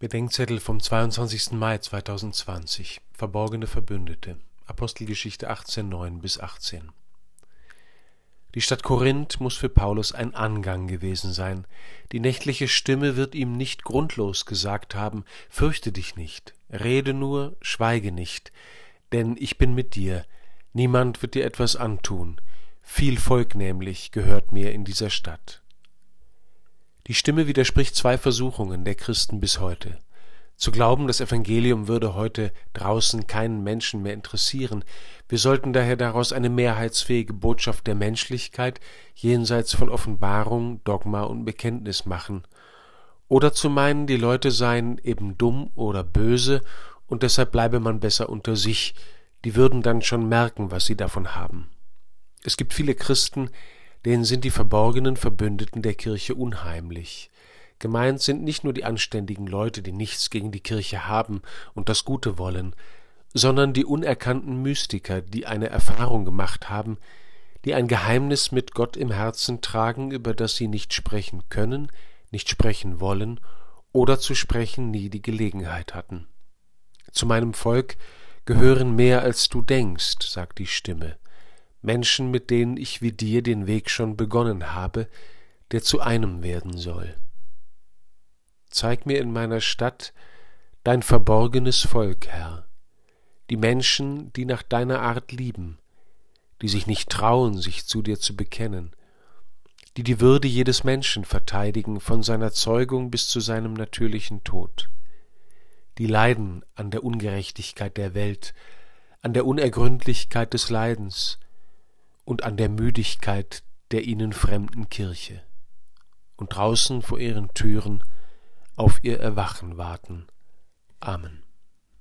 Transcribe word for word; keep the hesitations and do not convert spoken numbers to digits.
Bedenkzettel vom zweiundzwanzigsten Mai zweitausendzwanzig. Verborgene Verbündete. Apostelgeschichte achtzehn, neun bis achtzehn. Die Stadt Korinth muss für Paulus ein Angang gewesen sein. Die nächtliche Stimme wird ihm nicht grundlos gesagt haben: Fürchte dich nicht, rede nur, schweige nicht, denn ich bin mit dir, niemand wird dir etwas antun. Viel Volk nämlich gehört mir in dieser Stadt. Die Stimme widerspricht zwei Versuchungen der Christen bis heute. Zu glauben, das Evangelium würde heute draußen keinen Menschen mehr interessieren. Wir sollten daher daraus eine mehrheitsfähige Botschaft der Menschlichkeit jenseits von Offenbarung, Dogma und Bekenntnis machen. Oder zu meinen, die Leute seien eben dumm oder böse und deshalb bleibe man besser unter sich. Die würden dann schon merken, was sie davon haben. Es gibt viele Christen, denen sind die verborgenen Verbündeten der Kirche unheimlich. Gemeint sind nicht nur die anständigen Leute, die nichts gegen die Kirche haben und das Gute wollen, sondern die unerkannten Mystiker, die eine Erfahrung gemacht haben, die ein Geheimnis mit Gott im Herzen tragen, über das sie nicht sprechen können, nicht sprechen wollen oder zu sprechen nie die Gelegenheit hatten. Zu meinem Volk gehören mehr als du denkst, sagt die Stimme. Menschen, mit denen ich wie dir den Weg schon begonnen habe, der zu einem werden soll. Zeig mir in meiner Stadt dein verborgenes Volk, Herr, die Menschen, die nach deiner Art lieben, die sich nicht trauen, sich zu dir zu bekennen, die die Würde jedes Menschen verteidigen, von seiner Zeugung bis zu seinem natürlichen Tod, die leiden an der Ungerechtigkeit der Welt, an der Unergründlichkeit des Leidens und an der Müdigkeit der ihnen fremden Kirche und draußen vor ihren Türen auf ihr Erwachen warten. Amen.